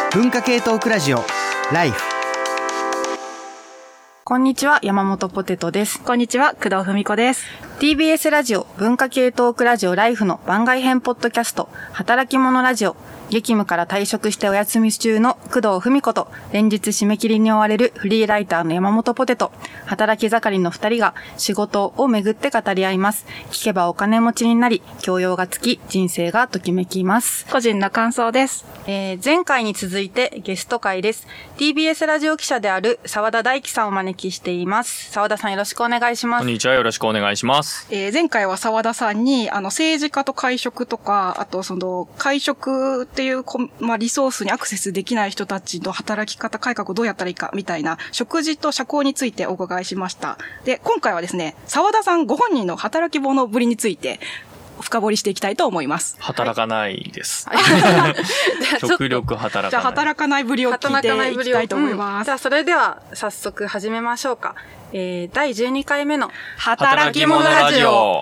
文化系トークラジオライフ。 こんにちは、山本ポテトです。 こんにちは、工藤文子です。 TBS ラジオ文化系トークラジオライフの番外編ポッドキャスト働き者ラジオ。激務から退職してお休み中の工藤文子と連日締め切りに追われるフリーライターの山本ポテト、働き盛りの2人が仕事をめぐって語り合います。聞けばお金持ちになり、教養がつき、人生がときめきます。 個人の感想です。 前回に続いてゲスト会です。TBS ラジオ記者である澤田大樹さんをお招きしています。澤田さん、よろしくお願いします。 こんにちは、よろしくお願いします。 前回は澤田さんに政治家と会食とか、あと会食っていうリソースにアクセスできない人たちの働き方改革をどうやったらいいかみたいな食事と社交についてお伺いしました。で、今回はですね、澤田さんご本人の働き者ぶりについて深掘りしていきたいと思います。 働かないです。極力働かない。 じゃあ働かないぶりを聞いていきたいと思います。 じゃあそれでは早速始めましょうか。第12回目の働き者ラジオ。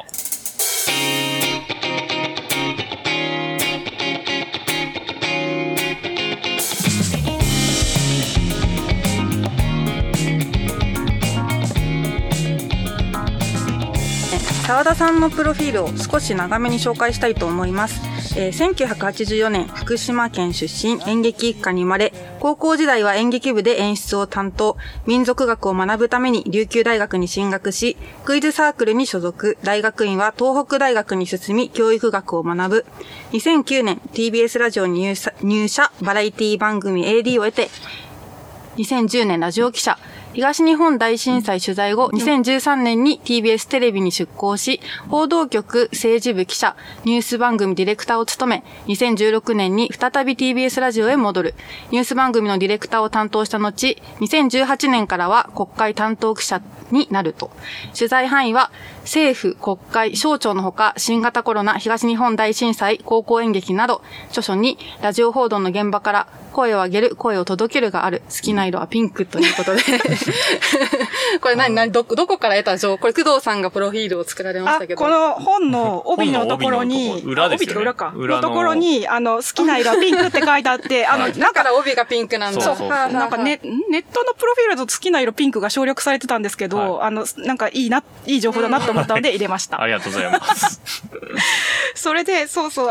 澤田さんのプロフィールを少し長めに紹介したいと思います。1984年福島県出身、演劇一家に生まれ、高校時代は演劇部で演出を担当、民族学を学ぶために琉球大学に進学し、クイズサークルに所属、大学院は東北大学に進み教育学を学ぶ。2009年 TBS ラジオに入社、バラエティ番組 AD を得て、2010年ラジオ記者、東日本大震災取材後、2013年に TBS テレビに出向し、報道局政治部記者、ニュース番組ディレクターを務め、2016年に再び TBS ラジオへ戻る。ニュース番組のディレクターを担当した後、2018年からは国会担当記者になると。取材範囲は、政府、国会、省庁のほか、新型コロナ、東日本大震災、高校演劇など、著書にラジオ報道の現場から声を上げる、声を届けるがある。好きな色はピンクということで。これどこから得た情報？これ工藤さんがプロフィールを作られましたけど。 この本の帯のところに、 裏ですよね。 裏か。のところに、好きな色はピンクって書いてあって、 だから帯がピンクなんだ。 そう。なんかネットのプロフィールだと好きな色ピンクが省略されてたんですけど、なんかいい情報だなと思ったので入れました。 ありがとうございます。 それで、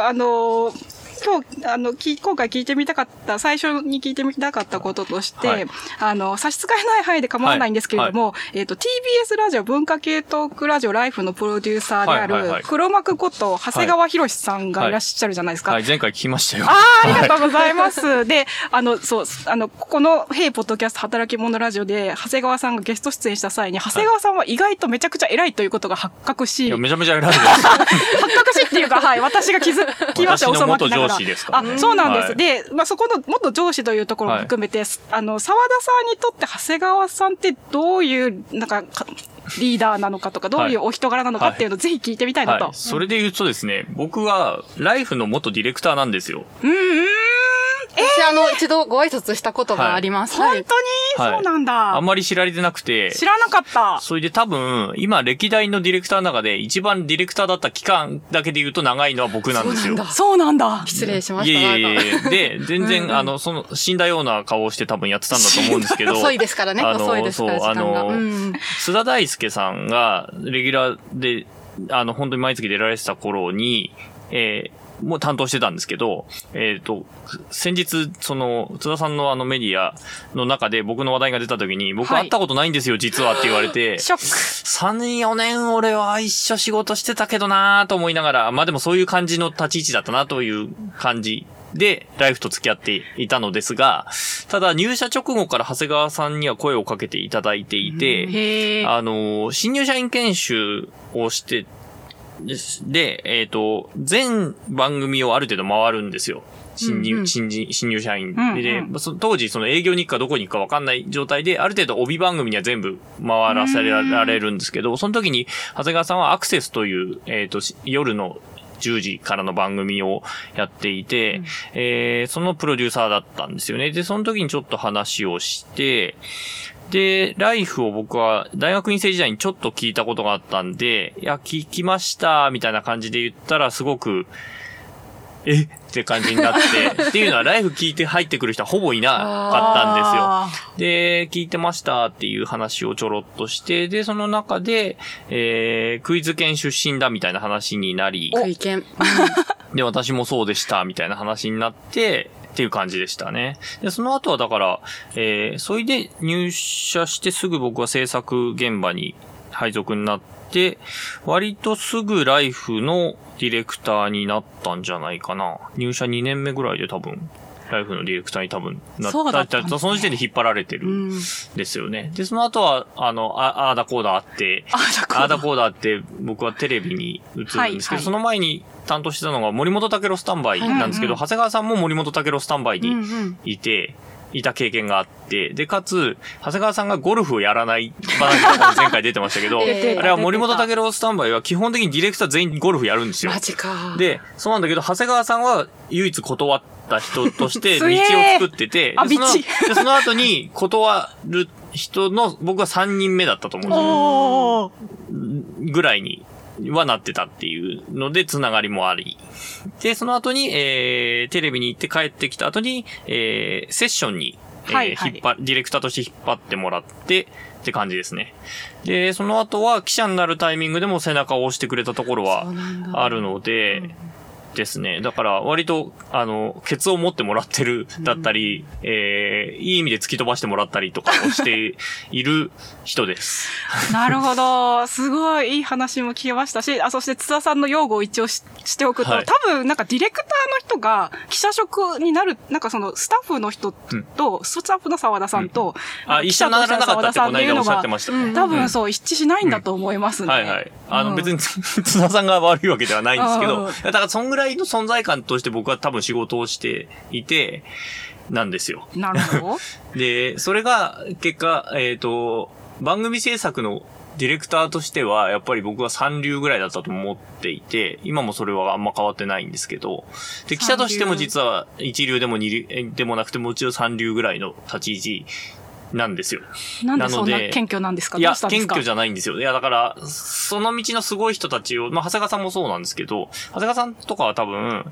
今回最初に聞いてみたかったこととして、差し支えない範囲で構わないんですけれども、TBS ラジオ文化系トークラジオライフのプロデューサーである、黒幕こと長谷川博さんがいらっしゃるじゃないですか。 はい、前回聞きましたよ。 ありがとうございます。で、この、ヘイポッドキャスト働き者ラジオで、長谷川さんがゲスト出演した際に、長谷川さんは意外とめちゃくちゃ偉いということが発覚し、 めちゃめちゃ偉いです。 発覚しっていうか、私が気づきました、遅まきながら。 ですかね、 そうなんです。はい、で、そこの元上司というところも含めて、澤田さんにとって長谷川さんってどういう、リーダーなのかとか、どういうお人柄なのかっていうのをぜひ聞いてみたいなと。 それで言うとですね、僕はライフの元ディレクターなんですよ。 私一度ご挨拶したことがあります。 本当に、そうなんだ。 あんまり知られてなくて。 知らなかった。 それで多分、今歴代のディレクターの中で一番ディレクターだった期間だけで言うと長いのは僕なんですよ。 そうなんだ。 失礼しました。 いえ。で、全然、死んだような顔をして多分やってたんだと思うんですけど。 遅いですからね。遅いですから、時間が。 須田大介さんが、レギュラーで、本当に毎月出られてた頃に、もう担当してたんですけど、先日、津田さんのメディアの中で僕の話題が出た時に、僕会ったことないんですよ、実はって言われて、 ショック。 3、4年俺は一緒仕事してたけどなぁと思いながら、でもそういう感じの立ち位置だったなという感じで、ライフと付き合っていたのですが、ただ入社直後から長谷川さんには声をかけていただいていて、新入社員研修をして、で、全番組をある程度回るんですよ。新入社員で、当時その営業に行くかどこに行くか分かんない状態で、ある程度帯番組には全部回らせられるんですけど、その時に長谷川さんはアクセスという、夜の10時からの番組をやっていて、そのプロデューサーだったんですよね。で、その時にちょっと話をして、で、ライフを僕は大学院生時代にちょっと聞いたことがあったんで、いや、聞きました、みたいな感じで言ったらすごく、 って感じになって、っていうのはライフ聞いて入ってくる人はほぼいなかったんですよ。で、聞いてましたっていう話をちょろっとして、で、その中で、クイズ研出身だみたいな話になり、 クイ研。 で、私もそうでしたみたいな話になって、っていう感じでしたね。で、その後はだから、それで入社してすぐ僕は制作現場に配属になって、割とすぐライフのディレクターになったんじゃないかな。入社2年目ぐらいで多分、ライフのディレクターに多分なった。その時点で引っ張られてるんですよね。で、その後は、あーだこうだあって、僕はテレビに移るんですけど、その前に担当してたのが森本武郎スタンバイなんですけど、長谷川さんも森本武郎スタンバイにいた経験があって、で、かつ、長谷川さんがゴルフをやらない話が前回出てましたけど、あれは森本武郎スタンバイは基本的にディレクター全員ゴルフやるんですよ。 マジか。 で、そうなんだけど、長谷川さんは唯一断った人として道を作ってて、で、その後に断る人の、僕は3人目だったと思うんですよ。ぐらいにはなってたっていうので、つながりもあり。で、その後に、テレビに行って帰ってきた後に、セッションに、ディレクターとして引っ張ってもらってって感じですね。で、その後は記者になるタイミングでも背中を押してくれたところはあるので、ですね。だから、割と、ケツを持ってもらってるだったり、いい意味で突き飛ばしてもらったりとかをしている人です。 なるほど。すごいいい話も聞けましたし、そして津田さんの用語を一応しておくと、多分なんかディレクターの人が記者職になる、なんかそのスタッフの人と、スタッフの澤田さんと、 一緒にならなかったってこの間おっしゃってましたね。 多分そう、一致しないんだと思いますね。 はいはい。別に津田さんが悪いわけではないんですけど、だからそんぐらいの存在感として僕は多分仕事をしていて、なんですよ。 なるほど。 で、それが結果、番組制作のディレクターとしては、やっぱり僕は三流ぐらいだったと思っていて、今もそれはあんま変わってないんですけど、で、記者としても実は一流でも二流でもなくてもうちろん三流ぐらいの立ち位置なんですよ。 なんでそんな謙虚なんですか？ いや、謙虚じゃないんですよ。いや、だから、その道のすごい人たちを、長谷川さんもそうなんですけど、長谷川さんとかは多分、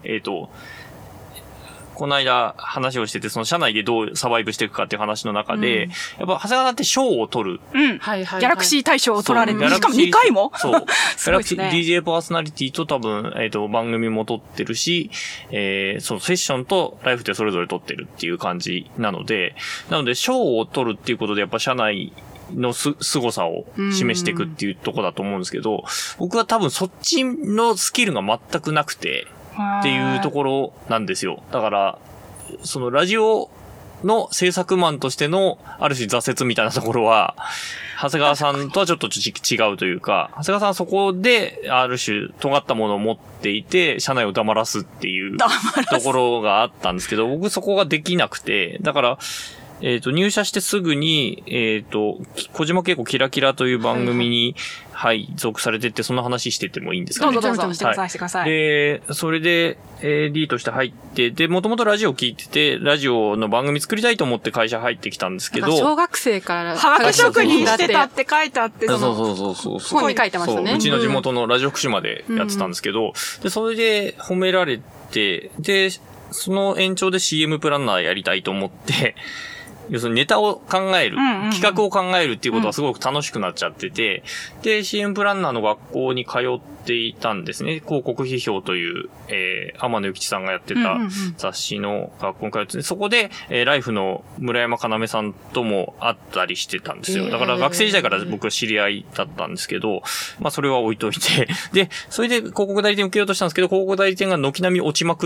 この間話をしてて、その社内でどうサバイブしていくかっていう話の中で、やっぱ長谷川さんって賞を取る。 ギャラクシー大賞を取られる。しかも2回もそう。ギャラクシー DJ パーソナリティと多分、番組も取ってるし、そのセッションとライフでそれぞれ取ってるっていう感じなので、賞を取るっていうことでやっぱ社内の凄さを示していくっていうとこだと思うんですけど、僕は多分そっちのスキルが全くなくて、っていうところなんですよ。だから、そのラジオの制作マンとしてのある種挫折みたいなところは、長谷川さんとはちょっと違うというか、長谷川さんはそこである種尖ったものを持っていて、社内を黙らすっていうところがあったんですけど、僕そこができなくて、だから、入社してすぐに、小島慶子キラキラという番組に、属されてって、その話しててもいいんですかね。 どうぞしてください。 で、それで、AD として入って、で、もともとラジオ聞いてて、ラジオの番組作りたいと思って会社入ってきたんですけど。 小学生からはがき職人してたって書いてあって、 そう。 本に書いてましたね。 うちの地元のラジオ福島でやってたんですけど、で、それで褒められて、で、その延長で CM プランナーやりたいと思って、要するにネタを考える、企画を考えるっていうことがすごく楽しくなっちゃってて、で、CM プランナーの学校に通っていたんですね。広告批評という、天野幸吉さんがやってた雑誌の学校に通ってて、そこで、ライフの村山要さんとも会ったりしてたんですよ。だから学生時代から僕は知り合いだったんですけど、まあそれは置いといて、で、それで広告代理店受けようとしたんですけど、広告代理店が軒並み落ちまくって、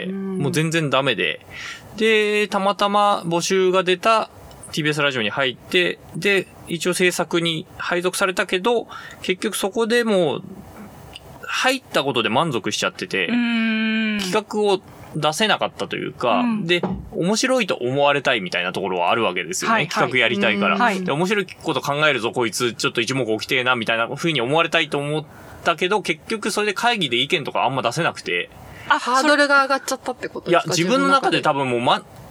もう全然ダメで、で、たまたま募集が出た TBS ラジオに入って、で、一応制作に配属されたけど、結局そこでもう、入ったことで満足しちゃってて、企画を出せなかったというか、で、面白いと思われたいみたいなところはあるわけですよね。企画やりたいから。で、面白いこと考えるぞ、こいつ、ちょっと一目置きてえな、みたいな風に思われたいと思ったけど、結局それで会議で意見とかあんま出せなくて、 ハードルが上がっちゃったってことですか？ いや、自分の中で多分もう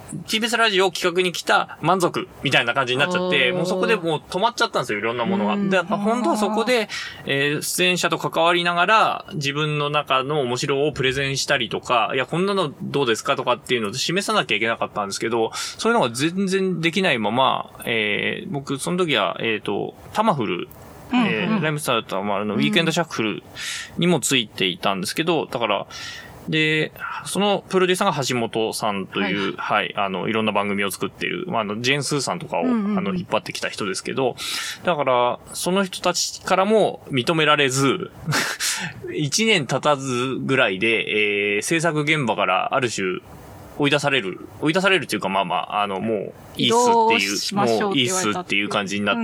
TBS ラジオ企画に来た満足みたいな感じになっちゃって、もうそこでもう止まっちゃったんですよ、いろんなものが。で、本当はそこで、出演者と関わりながら、自分の中の面白をプレゼンしたりとか、いや、こんなのどうですかとかっていうのを示さなきゃいけなかったんですけど、そういうのが全然できないまま、僕、その時は、タマフル、ライムスターとウィークエンドシャッフルにもついていたんですけど、だから、で、そのプロデューサーが橋本さんという、はい、いろんな番組を作っている、ジェーンスーさんとかを、引っ張ってきた人ですけど、だから、その人たちからも認められず、1年経たずぐらいで、制作現場からある種、追い出されるっていうか、もう、いいっすっていう、もういいっすっていう感じになって、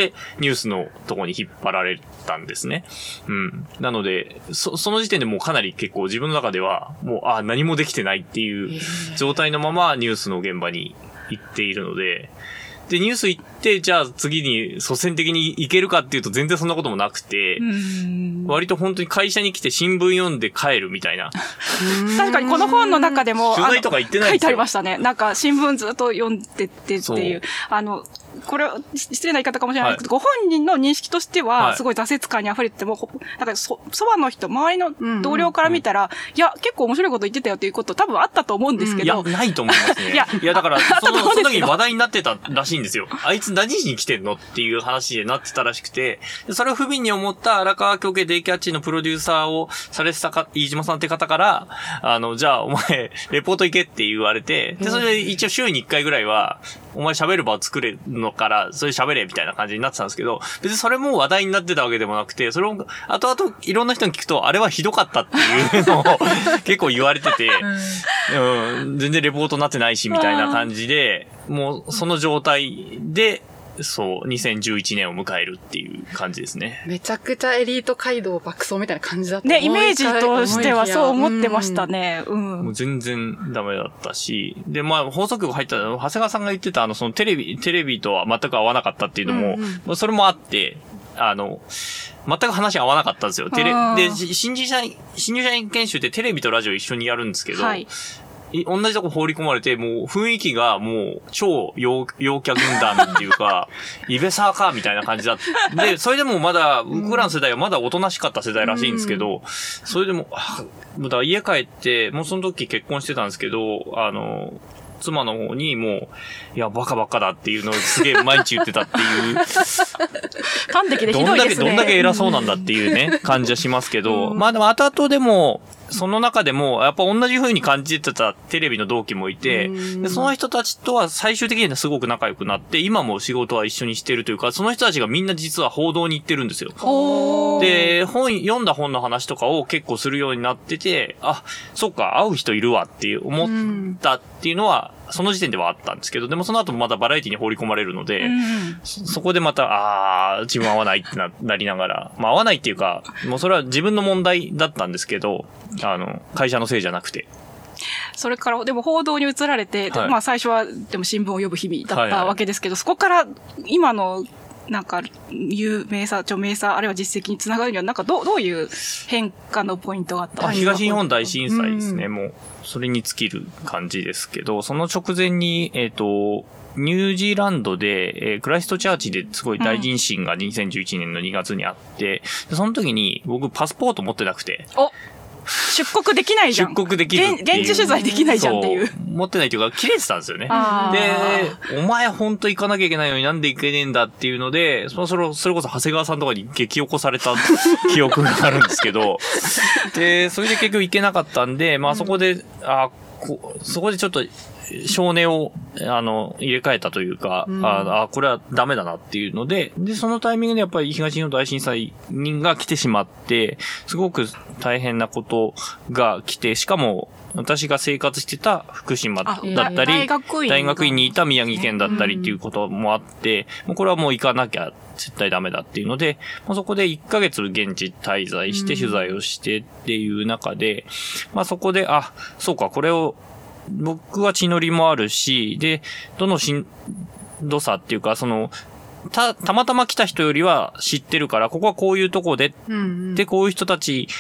ニュースのとこに引っ張られたんですね。なので、その時点でもうかなり結構自分の中では、もう、何もできてないっていう状態のままニュースの現場に行っているので、で、ニュース行って、じゃあ次に率先的に行けるかっていうと全然そんなこともなくて、割と本当に会社に来て新聞読んで帰るみたいな。 確かにこの本の中でも、 取材とか行ってないんですよ。 書いてありましたね。なんか新聞ずっと読んでってっていう。これは失礼な言い方かもしれないですけど、ご本人の認識としては、すごい挫折感に溢れてても、なんかそばの人、周りの同僚から見たら、いや、結構面白いこと言ってたよっていうこと多分あったと思うんですけど。 いや、ないと思いますね。いや、だから、その時に話題になってたらしいんですよ。あいつ何しに来てんのっていう話でなってたらしくて、それを不憫に思った荒川京家デイキャッチのプロデューサーをされてた飯島さんって方から、じゃあお前、レポート行けって言われて、で、それで一応週に1回ぐらいは、お前喋る場を作れるのから、それ喋れみたいな感じになってたんですけど、別にそれも話題になってたわけでもなくて、それを後々いろんな人に聞くと、あれはひどかったっていうのを結構言われてて、全然レポートになってないしみたいな感じで、もうその状態で、そう、2011年を迎えるっていう感じですね。 めちゃくちゃエリート街道爆走みたいな感じだったね、イメージとしてはそう思ってましたね。 もう全然ダメだったし。で、放送局入ったら、長谷川さんが言ってた、そのテレビとは全く合わなかったっていうのも、それもあって、全く話合わなかったんですよ。で、新入社員研修ってテレビとラジオ一緒にやるんですけど、同じとこ放り込まれて、もう雰囲気がもう超陽キャ軍団っていうか、イベサーかみたいな感じだった。で、それでもまだ、僕らの世代はまだおとなしかった世代らしいんですけど、それでも、だから家帰って、もうその時結婚してたんですけど、妻の方にもう、いや、バカバカだっていうのをすげえ毎日言ってたっていう。 端的でひどいですね。 どんだけ偉そうなんだっていうね、感じはしますけど、でも後々でも、その中でも、やっぱ同じ風に感じてたテレビの同期もいて、でその人たちとは最終的にはすごく仲良くなって、今も仕事は一緒にしてるというか、その人たちがみんな実は報道に行ってるんですよ。で、読んだ本の話とかを結構するようになってて、そっか、会う人いるわって思ったっていうのは、その時点ではあったんですけど、でもその後もまたバラエティに放り込まれるので、そこでまた、自分合わないってなりながら、合わないっていうか、もうそれは自分の問題だったんですけど、会社のせいじゃなくて。 それから、でも報道に移られて、最初はでも新聞を読む日々だったわけですけど、そこから今の、なんか、有名さ、著名さ、あるいは実績につながるには、なんかどういう変化のポイントがあったんですか？ 東日本大震災ですね、もう、それに尽きる感じですけど、その直前に、ニュージーランドで、クライストチャーチですごい大地震が2011年の2月にあって、その時に僕パスポート持ってなくて。 出国できないじゃん。 出国できるっていう。 現地取材できないじゃんっていう。 持ってないというか、切れてたんですよね。で、お前ほんと行かなきゃいけないのになんで行けねえんだっていうので、それこそ長谷川さんとかに激起こされた記憶があるんですけど、で、それで結局行けなかったんで、そこで、そこでちょっと、少年を、入れ替えたというか、これはダメだなっていうので、そのタイミングでやっぱり東日本大震災が来てしまって、すごく大変なことが来て、しかも、私が生活してた福島だったり、大学院にいた宮城県だったりっていうこともあって、もうこれはもう行かなきゃ絶対ダメだっていうので、そこで1ヶ月現地滞在して取材をしてっていう中で、そこで、そうか、これを、僕は血のりもあるし、で、どのしんどさっていうか、たまたま来た人よりは知ってるから、ここはこういうとこで、で、こういう人たち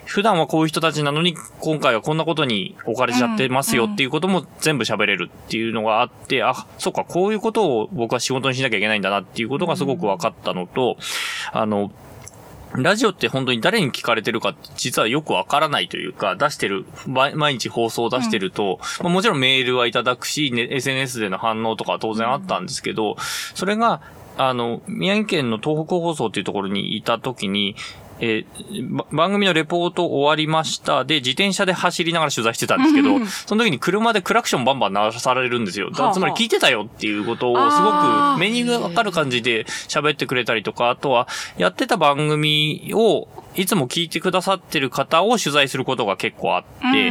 普段はこういう人たちなのに、今回はこんなことに置かれちゃってますよっていうことも全部喋れるっていうのがあって、あ、そうか、こういうことを僕は仕事にしなきゃいけないんだなっていうことがすごく分かったのと、ラジオって本当に誰に聞かれてるかって実はよくわからないというか、出してる、毎日放送を出してると、まあ、もちろんメールはいただくし、ね、SNS での反応とかは当然あったんですけど、それが、宮城県の東北放送っていうところにいた時に、番組のレポート終わりました。で、自転車で走りながら取材してたんですけど、その時に車でクラクションバンバン鳴らされるんですよ。つまり聞いてたよっていうことをすごく目にわかる感じで喋ってくれたりとか、あとはやってた番組をいつも聞いてくださってる方を取材することが結構あって、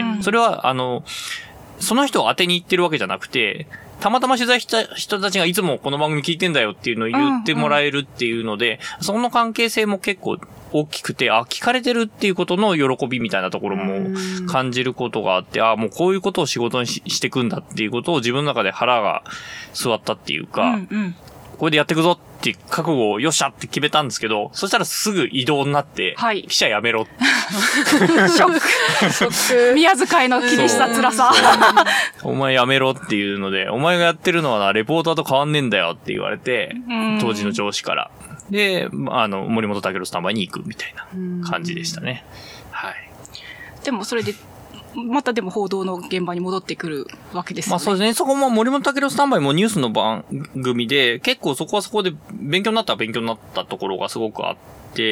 それはその人を当てに行ってるわけじゃなくて、たまたま取材した人たちがいつもこの番組聞いてんだよっていうのを言ってもらえるっていうので、その関係性も結構大きくて、あ、聞かれてるっていうことの喜びみたいなところも感じることがあって、あ、もうこういうことを仕事にしていくんだっていうことを自分の中で腹が据わったっていうか、これでやっていくぞって覚悟をよっしゃって決めたんですけど、そしたらすぐ移動になって、はい、記者辞めろ。 ショック。宮遣いの厳しさ、辛さ。 お前辞めろっていうので、お前がやってるのはな、レポーターと変わんねえんだよって言われて、当時の上司から。で、森本武郎スタンバイに行くみたいな感じでしたね。はい。 でもそれで、またでも報道の現場に戻ってくるわけですよね。 まあそうですね。そこも森本武郎スタンバイもニュースの番組で、結構そこはそこで勉強になったところがすごくあって、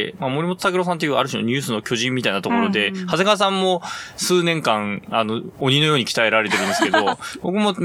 まあ森本武郎さんというある種のニュースの巨人みたいなところで、長谷川さんも数年間、鬼のように鍛えられてるんですけど、僕も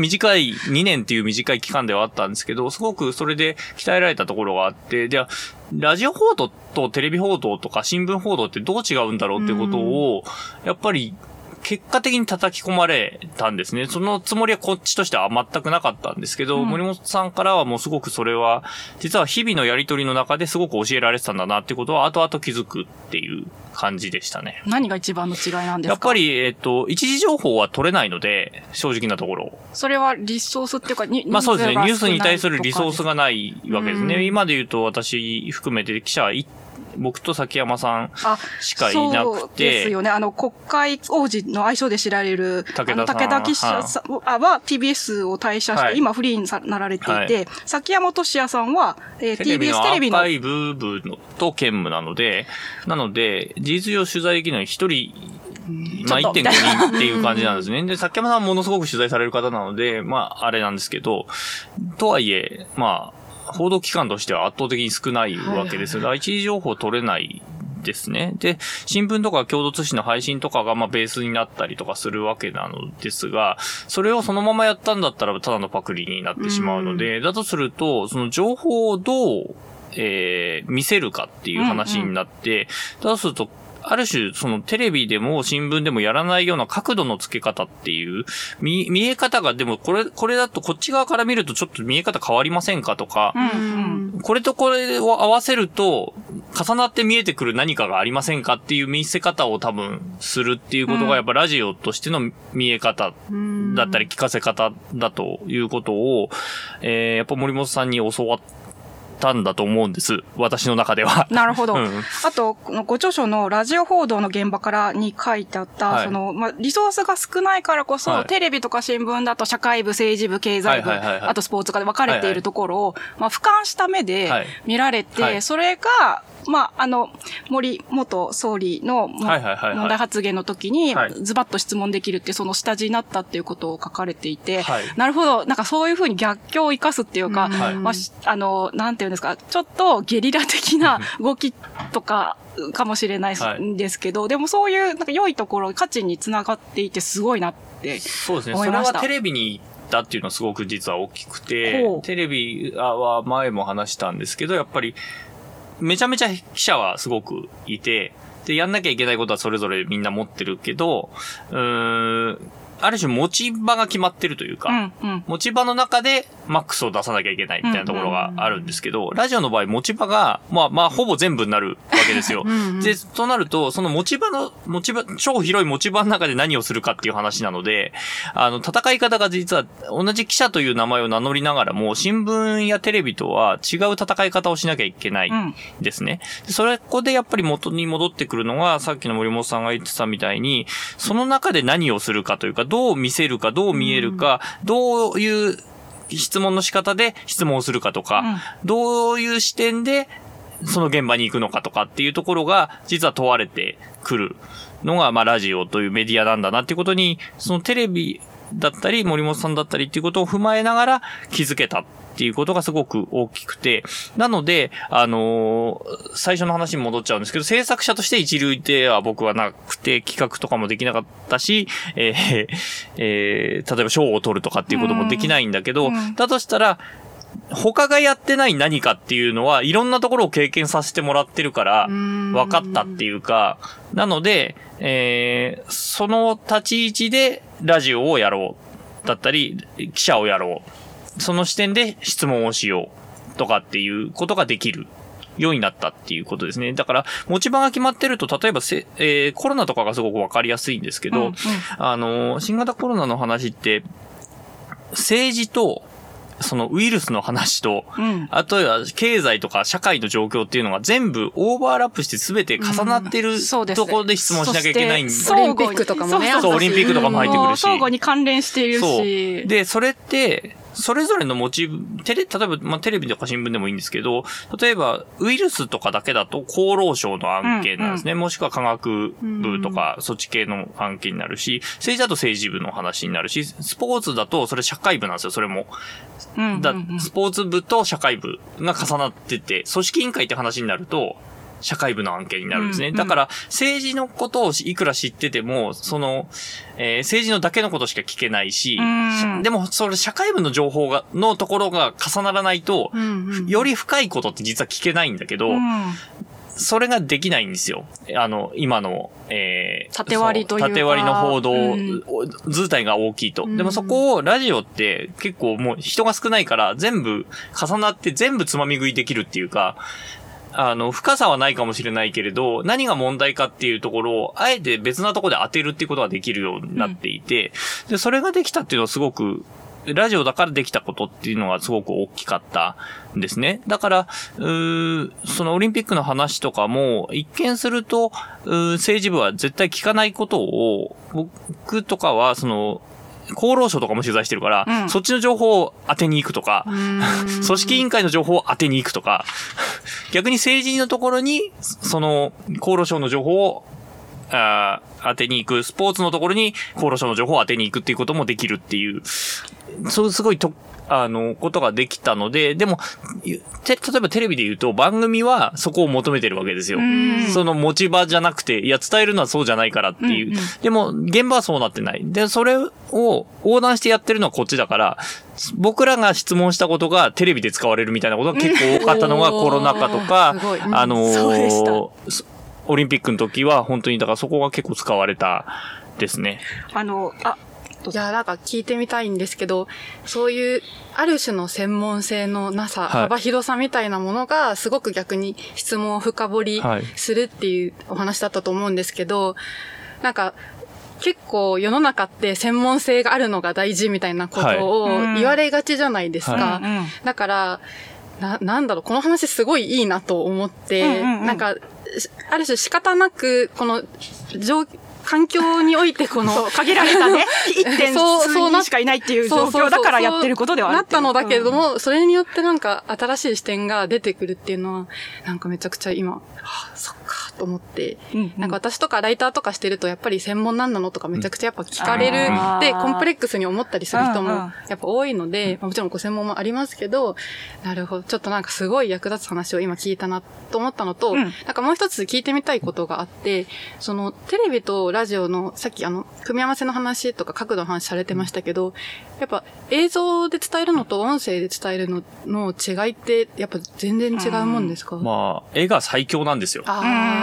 2年っていう短い期間ではあったんですけど、すごくそれで鍛えられたところがあって、で、ラジオ報道とテレビ報道とか新聞報道ってどう違うんだろうってことを、やっぱり、結果的に叩き込まれたんですね。そのつもりはこっちとしては全くなかったんですけど、森本さんからはもうすごくそれは、実は日々のやりとりの中ですごく教えられてたんだなってことは後々気づくっていう感じでしたね。 何が一番の違いなんですか？ やっぱり、一時情報は取れないので、正直なところ。 それはリソースっていうか、 まあそうですね。ニュースに対するリソースがないわけですね。今で言うと私含めて記者は僕と崎山さんしかいなくて。そうですよね。国会王子の愛称で知られる武田記者さんは TBS を退社して、今フリーになられていて、崎山俊也さんは、TBS テレビのアーカイブ部と兼務なので、事実上取材できるのに一人、まあ 1.5 人っていう感じなんですね。で、崎山さんはものすごく取材される方なので、まああれなんですけど、とはいえ、まあ、報道機関としては圧倒的に少ないわけですが、一時情報取れないですね。で、新聞とか共同通信の配信とかがまあベースになったりとかするわけなのですが、それをそのままやったんだったらただのパクリになってしまうので、だとすると、その情報をどう、見せるかっていう話になって、だとすると、ある種、そのテレビでも新聞でもやらないような角度の付け方っていう、見え方が、でもこれだとこっち側から見るとちょっと見え方変わりませんかとか、これとこれを合わせると重なって見えてくる何かがありませんかっていう見せ方を多分するっていうことがやっぱラジオとしての見え方だったり聞かせ方だということを、やっぱ森本さんに教わったんだと思うんです。私の中では。 なるほど。あと、ご著書のラジオ報道の現場からに書いてあった、リソースが少ないからこそ、テレビとか新聞だと社会部、政治部、経済部、あとスポーツ科で分かれているところを、俯瞰した目で見られて、それが、森元総理の問題発言の時に、ズバッと質問できるってその下地になったっていうことを書かれていて、なるほど、なんかそういうふうに逆境を生かすっていうか、なんていうんですか、ちょっとゲリラ的な動きとかかもしれないんですけど、でもそういうなんか良いところ、価値につながっていてすごいなって思いました。 そうですね。それはテレビに行ったっていうのはすごく実は大きくて、テレビは前も話したんですけど、やっぱりめちゃめちゃ記者はすごくいて、で、やんなきゃいけないことはそれぞれみんな持ってるけど、ある種持ち場が決まってるというか、持ち場の中でマックスを出さなきゃいけないみたいなところがあるんですけど、ラジオの場合持ち場が、まあほぼ全部になるわけですよ。で、となると、その超広い持ち場の中で何をするかっていう話なので、戦い方が実は同じ記者という名前を名乗りながらも、新聞やテレビとは違う戦い方をしなきゃいけないですね。でそこでやっぱり元に戻ってくるのが、さっきの森本さんが言ってたみたいに、その中で何をするかというか、どう見せるか、どう見えるか、どういう質問の仕方で質問をするかとか、どういう視点でその現場に行くのかとかっていうところが実は問われてくるのが、ラジオというメディアなんだなっていうことに、そのテレビだったり森本さんだったりっていうことを踏まえながら気づけたっていうことがすごく大きくて、なので、最初の話に戻っちゃうんですけど、制作者として一流では僕はなくて、企画とかもできなかったし、例えば賞を取るとかっていうこともできないんだけど、だとしたら、他がやってない何かっていうのは、いろんなところを経験させてもらってるから、分かったっていうか、なので、その立ち位置でラジオをやろう。だったり、記者をやろう。その視点で質問をしよう。とかっていうことができるようになったっていうことですね。だから、持ち場が決まってると、例えばコロナとかがすごくわかりやすいんですけど、新型コロナの話って、政治と、そのウイルスの話と、あとは経済とか社会の状況っていうのが全部オーバーラップして全て重なってるところで質問しなきゃいけないんで。 オリンピックとかもね。 そう、オリンピックとかも入ってくるし。 相互に関連しているし。 そう。で、それって、それぞれの例えば、テレビとか新聞でもいいんですけど、例えば、ウイルスとかだけだと厚労省の案件なんですね。もしくは科学部とか、そっち系の案件になるし、政治だと政治部の話になるし、スポーツだとそれ社会部なんですよ、それも。スポーツ部と社会部が重なってて、組織委員会って話になると、社会部の案件になるんですね。だから、政治のことをいくら知ってても、政治のだけのことしか聞けないし、でも、それ社会部の情報のところが重ならないと、より深いことって実は聞けないんだけど、それができないんですよ。今の、 縦割りというか。 縦割りの報道、図体が大きいと。でもそこを、ラジオって結構もう人が少ないから全部重なって全部つまみ食いできるっていうか、深さはないかもしれないけれど、何が問題かっていうところを、あえて別なところで当てるっていうことができるようになっていて、で、それができたっていうのはすごく、ラジオだからできたことっていうのがすごく大きかったんですね。だから、そのオリンピックの話とかも、一見すると、政治部は絶対聞かないことを、僕とかは、厚労省とかも取材してるから、そっちの情報を当てに行くとか、組織委員会の情報を当てに行くとか、逆に政治のところに、厚労省の情報を当てに行く、スポーツのところに厚労省の情報を当てに行くっていうこともできるっていう、そうすごいことができたので、でも、例えばテレビで言うと番組はそこを求めてるわけですよ。その持ち場じゃなくて、いや伝えるのはそうじゃないからっていう。でも、現場はそうなってない。で、それを横断してやってるのはこっちだから、僕らが質問したことがテレビで使われるみたいなことが結構多かったのがコロナ禍とか、 そうでした。 オリンピックの時は本当にだからそこが結構使われたですね。 いや、なんか聞いてみたいんですけど、そういうある種の専門性のなさ、幅広さみたいなものがすごく逆に質問を深掘りするっていうお話だったと思うんですけど、なんか結構世の中って専門性があるのが大事みたいなことを言われがちじゃないですか。だから、なんだろう、この話すごいいいなと思って、なんか、ある種仕方なく、この環境において限られたね、一点数人しかいないっていう状況だからやってることではある。 なったのだけれども、それによってなんか新しい視点が出てくるっていうのは、なんかめちゃくちゃ今、そっかと思って、なんか私とかライターとかしてるとやっぱり専門なんなのとかめちゃくちゃやっぱ聞かれるで、コンプレックスに思ったりする人もやっぱ多いので、もちろんご専門もありますけど、なるほど、ちょっとなんかすごい役立つ話を今聞いたなと思ったのと、なんかもう一つ聞いてみたいことがあって、テレビとラジオの、さっき組み合わせの話とか角度の話されてましたけど、やっぱ映像で伝えるのと音声で伝えるの違いって、やっぱ全然違うもんですか？ 絵が最強なんですよ。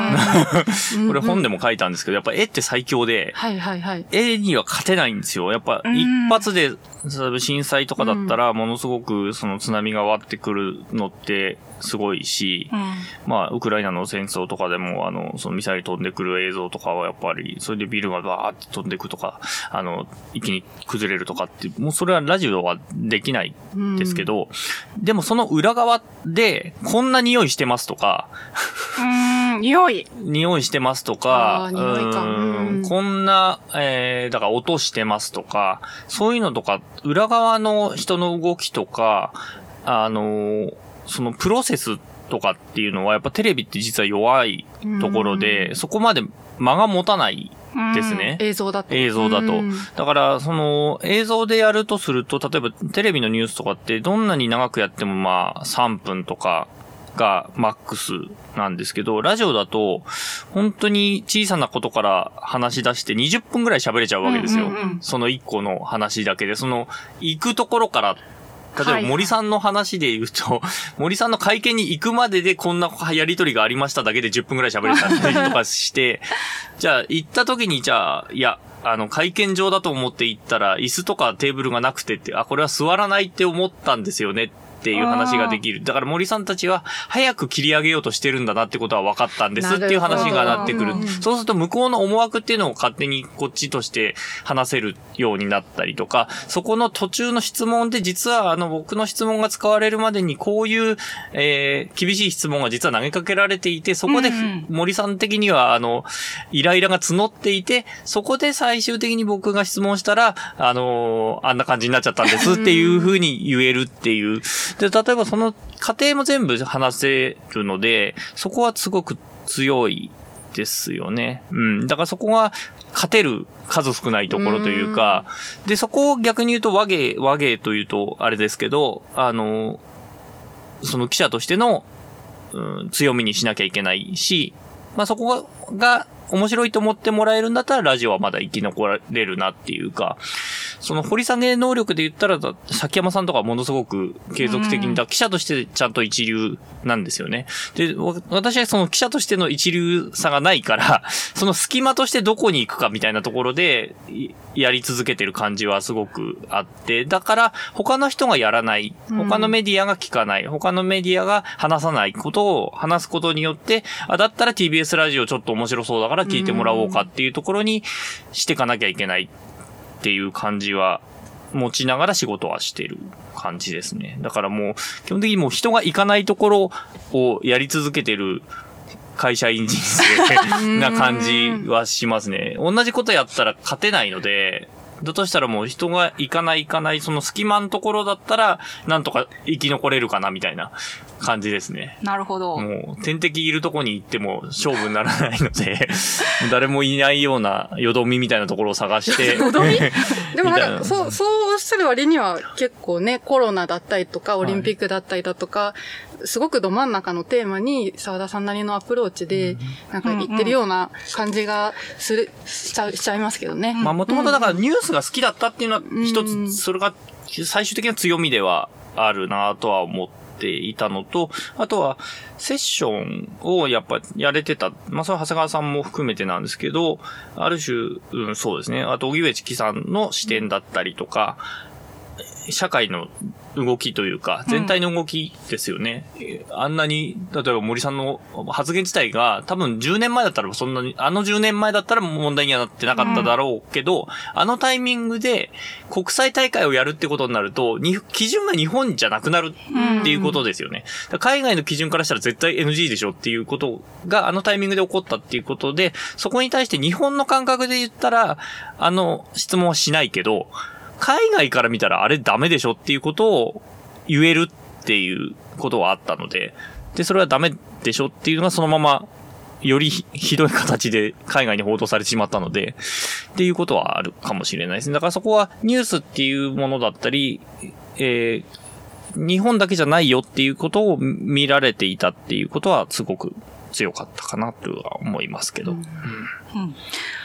これ本でも書いたんですけど、やっぱ絵って最強で、絵には勝てないんですよ。やっぱ一発で、震災とかだったら、ものすごくその津波が割ってくるのってすごいし、まあ、ウクライナの戦争とかでも、そのミサイル飛んでくる映像とかはやっぱり、それでビルがバーって飛んでくとか、一気に崩れるとかって、もうそれはラジオはできないんですけど、でもその裏側で、こんな匂いしてますとか、 匂いしてますとか、こんな、だから音してますとか、そういうのとか、裏側の人の動きとか、そのプロセスとかっていうのはやっぱテレビって実は弱いところで、そこまで間が持たないですね。 映像だと。 だから、その映像でやるとすると、例えばテレビのニュースとかってどんなに長くやってもまあ3分とかがマックスなんですけど、ラジオだと本当に小さなことから話し出して20分ぐらい喋れちゃうわけですよ。その1個の話だけで、その行くところから例えば森さんの話で言うと、森さんの会見に行くまででこんなやりとりがありましただけで10分くらい喋れたりとかして、じゃあ行った時にいや、会見場だと思って行ったら椅子とかテーブルがなくてって、これは座らないって思ったんですよねっていう話ができる。だから森さんたちは早く切り上げようとしてるんだなってことは分かったんですっていう話がなってくる。そうすると向こうの思惑っていうのを勝手にこっちとして話せるようになったりとか、そこの途中の質問で実は僕の質問が使われるまでにこういう、厳しい質問が実は投げかけられていて、そこで森さん的にはイライラが募っていて、そこで最終的に僕が質問したら、あんな感じになっちゃったんですっていう風に言えるっていう。で、例えばその過程も全部話せるので、そこはすごく強いですよね。だからそこが勝てる数少ないところというか、で、そこを逆に言うと和芸というとあれですけど、その記者としての、強みにしなきゃいけないし、まあ、そこが面白いと思ってもらえるんだったらラジオはまだ生き残れるなっていうか、その掘り下げ能力で言ったら、崎山さんとかものすごく継続的に、記者としてちゃんと一流なんですよね。で、私はその記者としての一流さがないから、その隙間としてどこに行くかみたいなところで、やり続けてる感じはすごくあって、だから他の人がやらない、他のメディアが聞かない、他のメディアが話さないことを話すことによって、だったら TBS ラジオちょっと面白そうだから聞いてもらおうかっていうところにしていかなきゃいけないっていう感じは持ちながら仕事はしてる感じですね。だからもう基本的にもう人が行かないところをやり続けてる会社員人生な感じはしますね。同じことやったら勝てないので、だとしたらもう人が行かない、その隙間のところだったら、なんとか生き残れるかなみたいな感じですね。 なるほど。 もう、天敵いるとこに行っても勝負にならないので、誰もいないようなよどみみたいなところを探して。 よどみでもなんか、そうおっしゃる割には結構ね、コロナだったりとか、オリンピックだったりだとか、すごくど真ん中のテーマに沢田さんなりのアプローチで、なんか言ってるような感じがしちゃいますけどね。 まあもともとだからニュースが好きだったっていうのは一つ、それが最終的な強みではあるなとは思っていたのと、あとはセッションをやっぱやれてた、まあそれは長谷川さんも含めてなんですけど、ある種、そうですね、あと荻上チキさんの視点だったりとか、社会の動きというか、全体の動きですよね。あんなに、例えば森さんの発言自体が、多分10年前だったらそんなに、10年前だったら問題にはなってなかっただろうけど、あのタイミングで国際大会をやるってことになると、基準が日本じゃなくなるっていうことですよね。海外の基準からしたら絶対 NG でしょっていうことがあのタイミングで起こったっていうことで、そこに対して日本の感覚で言ったら、質問はしないけど、海外から見たらあれダメでしょっていうことを言えるっていうことはあったので、で、それはダメでしょっていうのがそのままよりひどい形で海外に報道されてしまったので、っていうことはあるかもしれないですね。だからそこはニュースっていうものだったり、日本だけじゃないよっていうことを見られていたっていうことはすごく強かったかなとは思いますけど。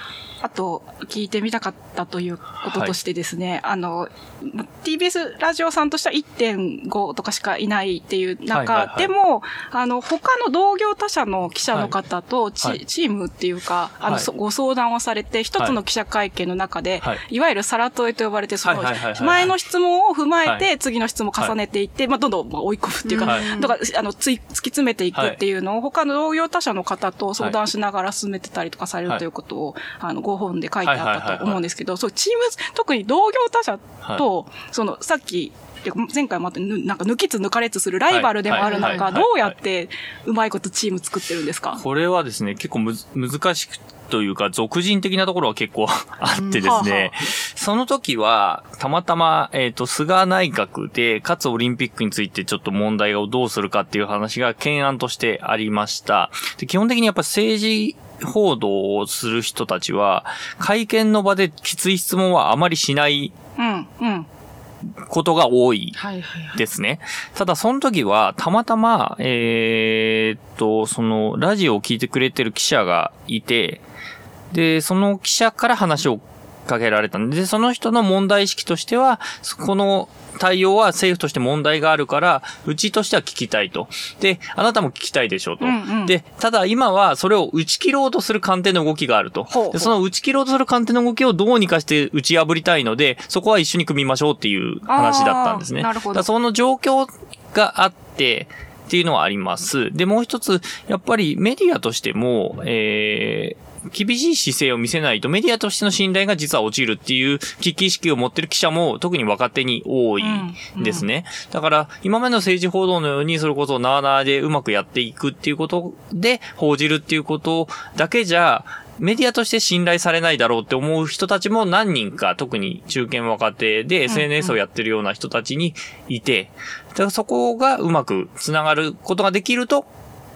あと、聞いてみたかったということとしてですね、TBS ラジオさんとしては 1.5 とかしかいないっていう中でも、他の同業他社の記者の方とチームっていうか、ご相談をされて、一つの記者会見の中で、いわゆるサラトエと呼ばれて、その、前の質問を踏まえて、次の質問を重ねていって、どんどん追い込むっていうか、とか、突き詰めていくっていうのを、他の同業他社の方と相談しながら進めてたりとかされるということを、ご本で書いてあったと思うんですけど、そう、チーム、特に同業他社と、さっき、前回もあって、なんか抜きつ抜かれつするライバルでもある中、どうやってうまいことチーム作ってるんですか？ これはですね、結構難しくというか、俗人的なところは結構あってですね、その時は、たまたま、菅内閣で、かつオリンピックについてちょっと問題をどうするかっていう話が懸案としてありました。で、基本的にやっぱ政治報道をする人たちは、会見の場できつい質問はあまりしない。ことが多いですね。ただその時はたまたまそのラジオを聞いてくれてる記者がいて、でその記者から話をかけられたんで、その人の問題意識としては、この対応は政府として問題があるから、うちとしては聞きたいと。で、あなたも聞きたいでしょうと。で、ただ今はそれを打ち切ろうとする官邸の動きがあると。で、その打ち切ろうとする官邸の動きをどうにかして打ち破りたいので、そこは一緒に組みましょうっていう話だったんですね。 なるほど。 だその状況があって、っていうのはあります。で、もう一つ、やっぱりメディアとしても、厳しい姿勢を見せないとメディアとしての信頼が実は落ちるっていう危機意識を持ってる記者も特に若手に多いですね。だから今までの政治報道のようにそれこそなあなあでうまくやっていくっていうことで報じるっていうことだけじゃメディアとして信頼されないだろうって思う人たちも何人か、特に中堅若手で SNS をやってるような人たちにいて、だからそこがうまくつながることができると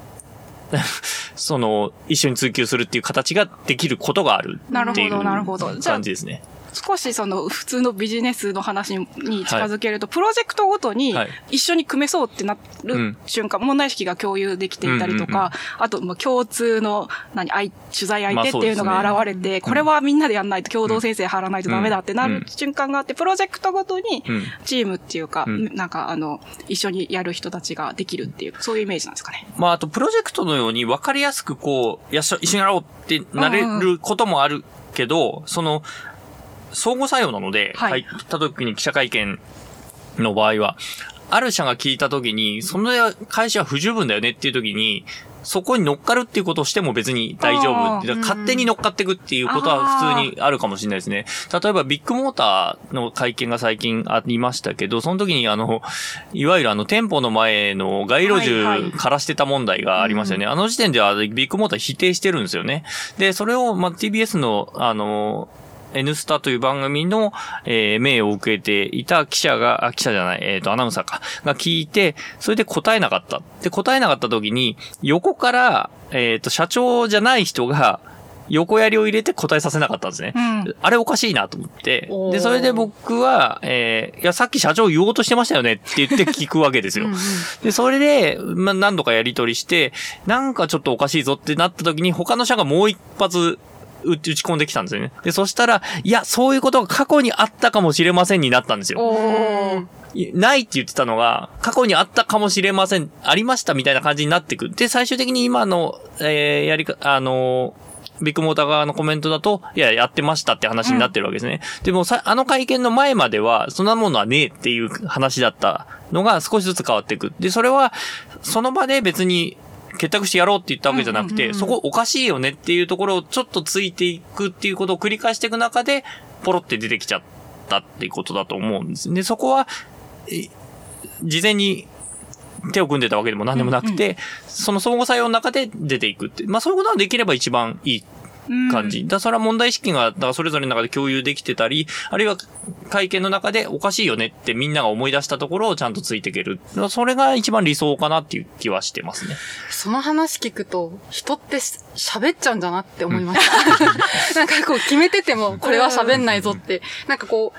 一緒に追求するっていう形ができることがあるっていう感じですね。 少し普通のビジネスの話に近づけると、プロジェクトごとに一緒に組めそうってなる瞬間、問題意識が共有できていたりとか、あと、共通の、取材相手っていうのが現れて、これはみんなでやんないと共同生成貼らないとダメだってなる瞬間があって、プロジェクトごとにチームっていうか、なんか一緒にやる人たちができるっていう、そういうイメージなんですかね。 あと、プロジェクトのように分かりやすく一緒にやろうってなれることもあるけど、相互作用なので、入った時に記者会見の場合は、ある社が聞いた時に、その会社は不十分だよねっていう時に、そこに乗っかるっていうことをしても別に大丈夫って、勝手に乗っかっていくっていうことは普通にあるかもしれないですね。例えばビッグモーターの会見が最近ありましたけど、その時にいわゆる店舗の前の街路樹枯らしてた問題がありましたよね。あの時点ではビッグモーター否定してるんですよね。で、それをTBS のN スタという番組の、命を受けていた記者じゃない、アナウンサーが聞いて、それで答えなかった。で、答えなかった時に、横から、社長じゃない人が、横やりを入れて答えさせなかったんですね。あれおかしいなと思って。で、それで僕は、いや、さっき社長言おうとしてましたよねって言って聞くわけですよ。で、それで、何度かやり取りして、なんかちょっとおかしいぞってなった時に、他の社がもう一発、打ち込んできたんですよね。で、そしたら、いや、そういうことが過去にあったかもしれませんになったんですよ。ないって言ってたのが、過去にあったかもしれません、ありましたみたいな感じになってくる。で、最終的に今の、ビッグモーター側のコメントだと、いや、やってましたって話になってるわけですね。でも会見の前までは、そんなものはねえっていう話だったのが少しずつ変わっていく。で、それは、その場で別に、結託してやろうって言ったわけじゃなくて、そこおかしいよねっていうところをちょっとついていくっていうことを繰り返していく中で、ポロって出てきちゃったっていうことだと思うんです。で、そこは、事前に手を組んでたわけでも何でもなくて、その相互作用の中で出ていくって。そういうことができれば一番いい感じ。それは問題意識が、それぞれの中で共有できてたり、あるいは会見の中でおかしいよねってみんなが思い出したところをちゃんとついていける。それが一番理想かなっていう気はしてますね。 その話聞くと、人って喋っちゃうんだなって思いました。なんか決めてても、これは喋んないぞって、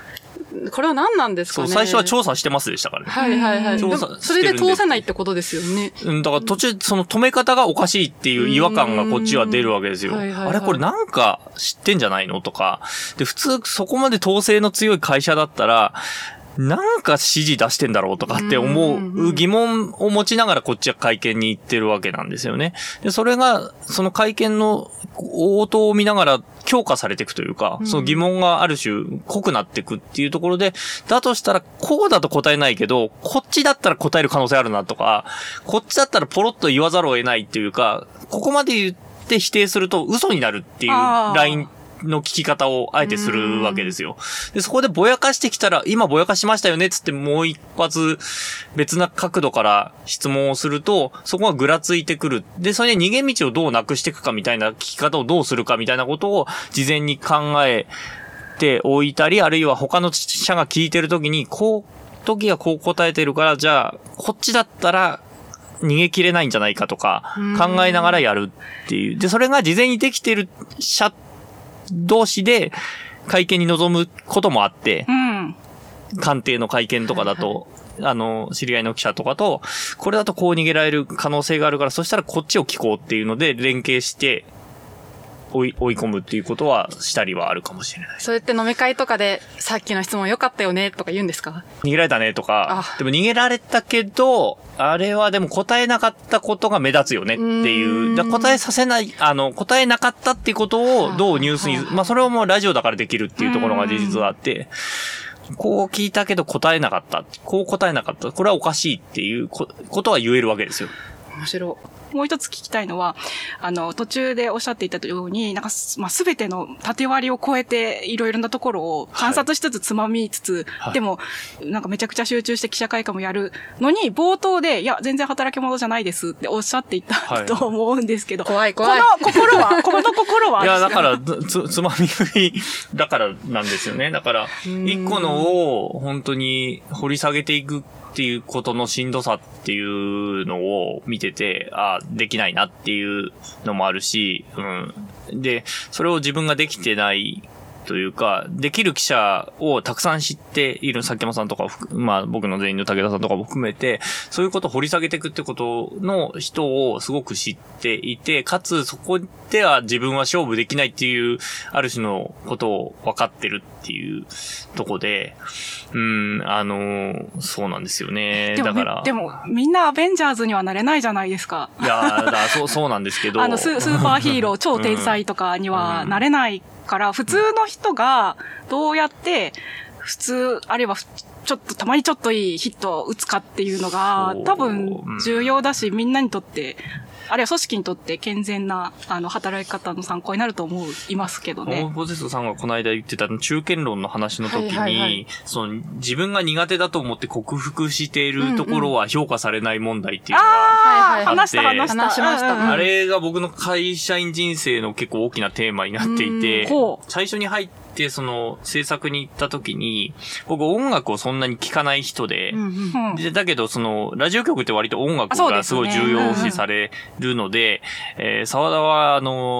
これは何なんですかね。 そう、最初は調査してますでしたからね。 はいはいはい。 調査してるんで。 それで通せないってことですよね。 だから途中、その止め方がおかしいっていう違和感がこっちは出るわけですよ。 はいはいはい、 あれこれなんか知ってんじゃないのとか。で、普通そこまで統制の強い会社だったら、なんか指示出してんだろうとかって思う疑問を持ちながらこっちは会見に行ってるわけなんですよね。で、それが、その会見の応答を見ながら強化されていくというか、その疑問がある種濃くなっていくっていうところで、だとしたらこうだと答えないけど、こっちだったら答える可能性あるなとか、こっちだったらポロッと言わざるを得ないっていうか、ここまで言って否定すると嘘になるっていうラインの聞き方をあえてするわけですよ。で、そこでぼやかしてきたら、今ぼやかしましたよねっつってもう一発別な角度から質問をすると、そこがぐらついてくる。で、それで逃げ道をどうなくしていくかみたいな聞き方をどうするかみたいなことを事前に考えておいたり、あるいは他の者が聞いてるときに、時がこう答えてるから、じゃあ、こっちだったら、逃げ切れないんじゃないかとか、考えながらやるっていう。で、それが事前にできてる者同士で会見に臨むこともあって、官邸の会見とかだと、知り合いの記者とかと、これだとこう逃げられる可能性があるから、そしたらこっちを聞こうっていうので、連携して、追い込むっていうことはしたりはあるかもしれない。 それって飲み会とかで、さっきの質問良かったよねとか言うんですか？ 逃げられたねとか、でも逃げられたけど、あれはでも答えなかったことが目立つよねっていう。答えさせない、答えなかったっていうことをどうニュースに、まあそれはもうラジオだからできるっていうところが事実はあって、こう聞いたけど答えなかった。こう答えなかった。これはおかしいっていうことは言えるわけですよ。 面白い。 もう一つ聞きたいのは、途中でおっしゃっていたように、なんか、すべての縦割りを超えて、いろいろなところを観察しつつ、つまみつつ、でも、なんかめちゃくちゃ集中して記者会見もやるのに、冒頭で、いや、全然働き者じゃないですっておっしゃっていたと思うんですけど、 怖い。 この心は、 いや、だから、つまみ食いだからなんですよね。だから、一個のを本当に掘り下げていくっていうことのしんどさっていうのを見てて、できないなっていうのもあるし、で、それを自分ができてないというか、できる記者をたくさん知っている崎山さんとか、まあ僕の全員の武田さんとかも含めて、そういうことを掘り下げていくってことの人をすごく知っていて、かつそこでは自分は勝負できないっていう、ある種のことを分かってるっていうとこで、そうなんですよね。だから。 でも、みんなアベンジャーズにはなれないじゃないですか。 いやそうなんですけど。 スーパーヒーロー、超天才とかにはなれないから、普通の人がどうやって、あるいはたまにちょっといいヒットを打つかっていうのが、多分重要だし、みんなにとって、あるいは組織にとって健全な、働き方の参考になるといますけどね。 ポゼストさんがこの間言ってた中堅論の話の時に、自分が苦手だと思って克服しているところは評価されない問題っていうのがあって、 話しました。 あれが僕の会社員人生の結構大きなテーマになっていて、最初に入って制作に行った時に、僕音楽をそんなに聴かない人で、だけどラジオ局って割と音楽がすごい重要視されるので、沢田は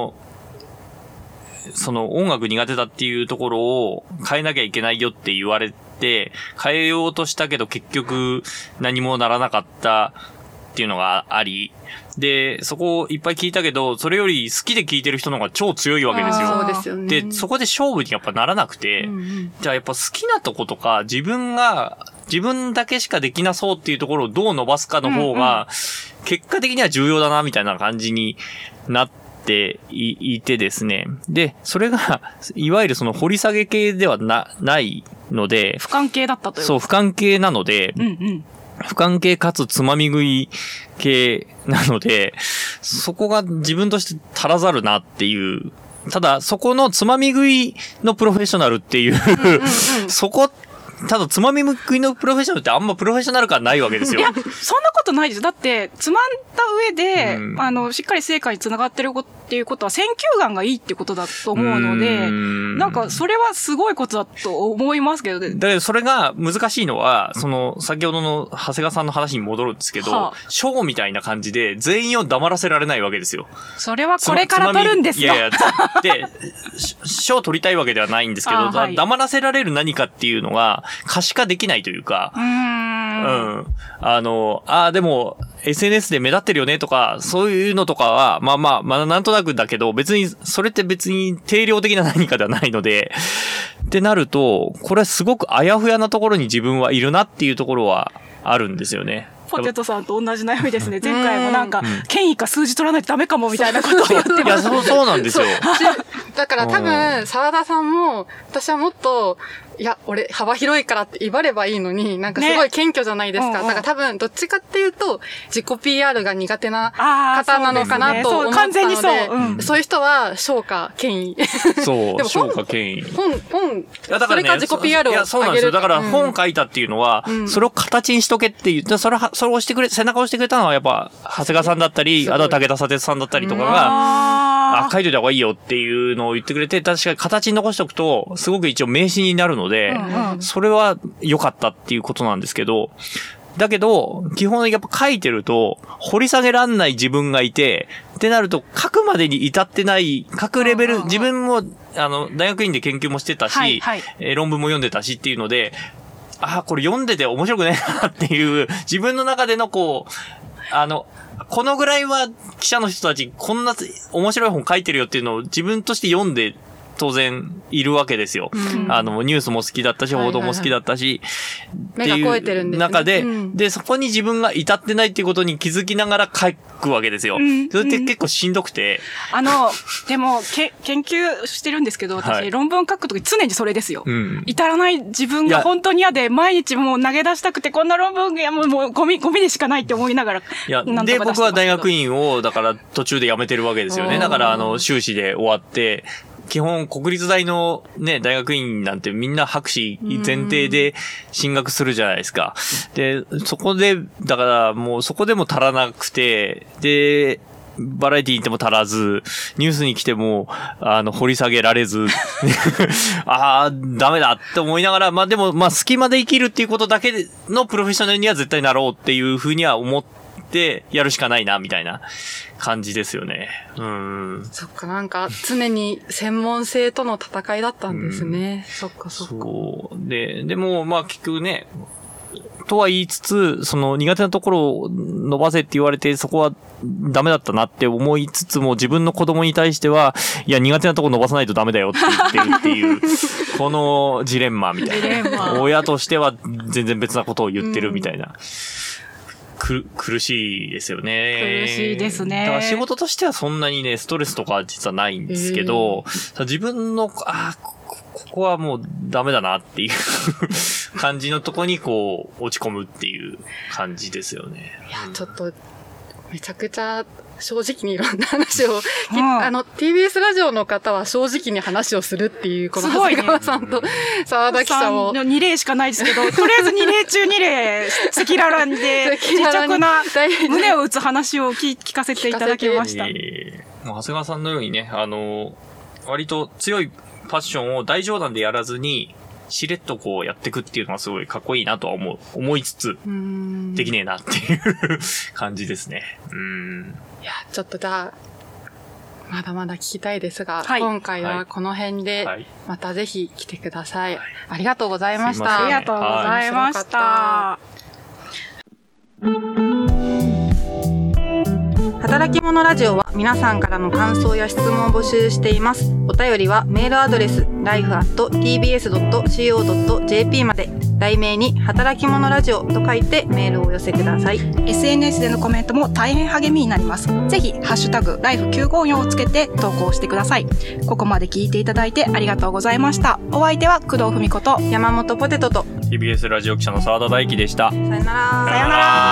音楽苦手だっていうところを変えなきゃいけないよって言われて、変えようとしたけど結局何もならなかったっていうのがあり、で、そこをいっぱい聞いたけど、それより好きで聞いてる人の方が超強いわけですよ。 そうですよね。 で、そこで勝負にやっぱならなくて、じゃあやっぱ好きなとことか、自分だけしかできなそうっていうところをどう伸ばすかの方が、結果的には重要だな、みたいな感じになっていてですね。で、それが、いわゆる掘り下げ系ではないので、 不関係だったという。 そう、不関係なので、不関係かつつまみ食い系なので、そこが自分として足らざるなっていう。ただ、そこのつまみ食いのプロフェッショナルっていう、ただつまみ食いのプロフェッショナルってあんまプロフェッショナル感ないわけですよ。 いや、そんなことないです。だって、つまんだ上で、しっかり成果につながってるこっていうことは選球眼がいいってことだと思うので、なんかそれはすごいことだと思いますけどね。 だけどそれが難しいのは、先ほどの長谷川さんの話に戻るんですけど、ショーみたいな感じで全員を黙らせられないわけですよ。 それはこれから取るんですよ。 いや、で、ショー取りたいわけではないんですけど、はい、黙らせられる何かっていうのが可視化できないというか、でも、SNS で目立ってるよねとか、そういうのとかは、まだなんとなくだけど、それって別に定量的な何かではないので、ってなると、これはすごくあやふやなところに自分はいるなっていうところはあるんですよね。 ポテトさんと同じ悩みですね。前回もなんか、権威か数字取らないとダメかもみたいなことを言ってました。 いや、そうなんですよ。 だから多分、沢田さんも、私はもっと、いや、俺、幅広いからって威張ればいいのに、なんかすごい謙虚じゃないですか。だから多分、どっちかっていうと、自己 PR が苦手な方なのかなと思ったので、完全にそう。そういう人は、昇華、権威。 そう、昇華、権威。 だからね、それか自己 PR を上げる。 いや、そうなんですよ。だから本書いたっていうのは、それを形にしとけっていう、それを押してくれ、背中を押してくれたのはやっぱ、長谷川さんだったり、あとは武田砂鉄さんだったりとかが、書いといた方がいいよっていうのを言ってくれて、確かに形に残しておくと、すごく一応名詞になるので、それは良かったっていうことなんですけど、だけど、基本やっぱ書いてると、掘り下げらんない自分がいて、ってなると、書くまでに至ってない、書くレベル、自分も、大学院で研究もしてたし、論文も読んでたしっていうので、これ読んでて面白くねえなっていう、自分の中でのこのぐらいは記者の人たち、こんな面白い本書いてるよっていうのを自分として読んで、当然いるわけですよ。ニュースも好きだったし、報道も好きだったし、 目が肥えてるんですね。 中で、で、そこに自分が至ってないっていうことに気づきながら書くわけですよ。それって結構しんどくて。 でも、研究してるんですけど、私、論文書くとき常にそれですよ。至らない自分が本当に嫌で、毎日もう投げ出したくて、こんな論文がもうゴミでしかないって思いながら。 で、僕は大学院を、だから途中で辞めてるわけですよね。だから、修士で終わって、基本国立大のね、大学院なんてみんな博士前提で進学するじゃないですか。で、そこで、だからもうそこでも足らなくて、で、バラエティに行っても足らず、ニュースに来ても、掘り下げられず、ダメだって思いながら、でも、隙間で生きるっていうことだけのプロフェッショナルには絶対なろうっていうふうには思ってやるしかないな、みたいな感じですよね。 そっか、なんか、常に専門性との戦いだったんですね。そっか。 そう。でも、結局ね、とは言いつつ、その苦手なところを伸ばせって言われて、そこはダメだったなって思いつつも、自分の子供に対しては、いや、苦手なところ伸ばさないとダメだよって言ってるっていう、このジレンマみたいな。親としては全然別なことを言ってるみたいな。苦しいですよね。 苦しいですね。 だから仕事としてはそんなにね、ストレスとか実はないんですけど、自分の、ここはもうダメだなっていう感じのとこにこう、落ち込むっていう感じですよね。 いや、ちょっと、めちゃくちゃ、正直にいろんな話を、TBS ラジオの方は正直に話をするっていう、この長谷川さんと沢田記者も。 2例しかないですけど、とりあえず2例中2例、赤裸々で、自直な胸を打つ話を聞かせていただきました。 長谷川さんのようにね、割と強いパッションを大冗談でやらずに、しれっとこうやっていくっていうのがすごいかっこいいなとは思いつつ、できねえなっていう感じですね。 いや、ちょっとじゃあ、まだまだ聞きたいですが、今回はこの辺で、またぜひ来てください。ありがとうございました。 ありがとうございました。 働き者ラジオは皆さんからの感想や質問を募集しています。お便りはメールアドレス life@tbs.co.jp まで、題名に働き者ラジオと書いてメールをお寄せください。 SNS でのコメントも大変励みになります。ぜひハッシュタグ life954 をつけて投稿してください。ここまで聞いていただいてありがとうございました。お相手は工藤文子と山本ポテトと TBS ラジオ記者の澤田大樹でした。 さよなら。 さよなら。